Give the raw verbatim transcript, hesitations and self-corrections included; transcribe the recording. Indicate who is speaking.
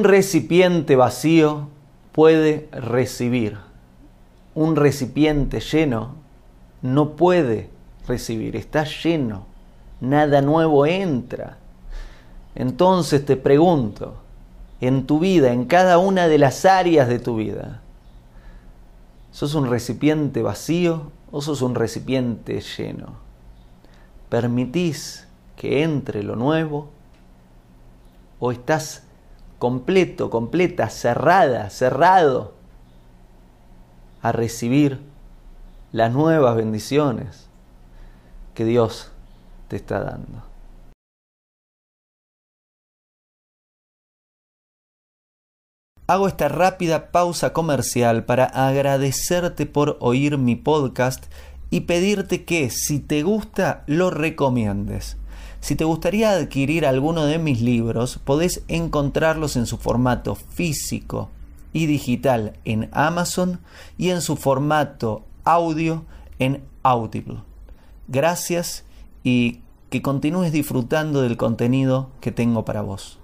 Speaker 1: Un recipiente vacío puede recibir. Un recipiente lleno no puede recibir, está lleno. Nada nuevo entra. Entonces te pregunto, en tu vida, en cada una de las áreas de tu vida, ¿sos un recipiente vacío o sos un recipiente lleno? ¿Permitís que entre lo nuevo? ¿O estás completo, completa, cerrada, cerrado a recibir las nuevas bendiciones que Dios te está dando? Hago esta rápida pausa comercial para agradecerte por oír mi podcast y pedirte que, si te gusta, lo recomiendes. Si te gustaría adquirir alguno de mis libros, podés encontrarlos en su formato físico y digital en Amazon y en su formato audio en Audible. Gracias y que continúes disfrutando del contenido que tengo para vos.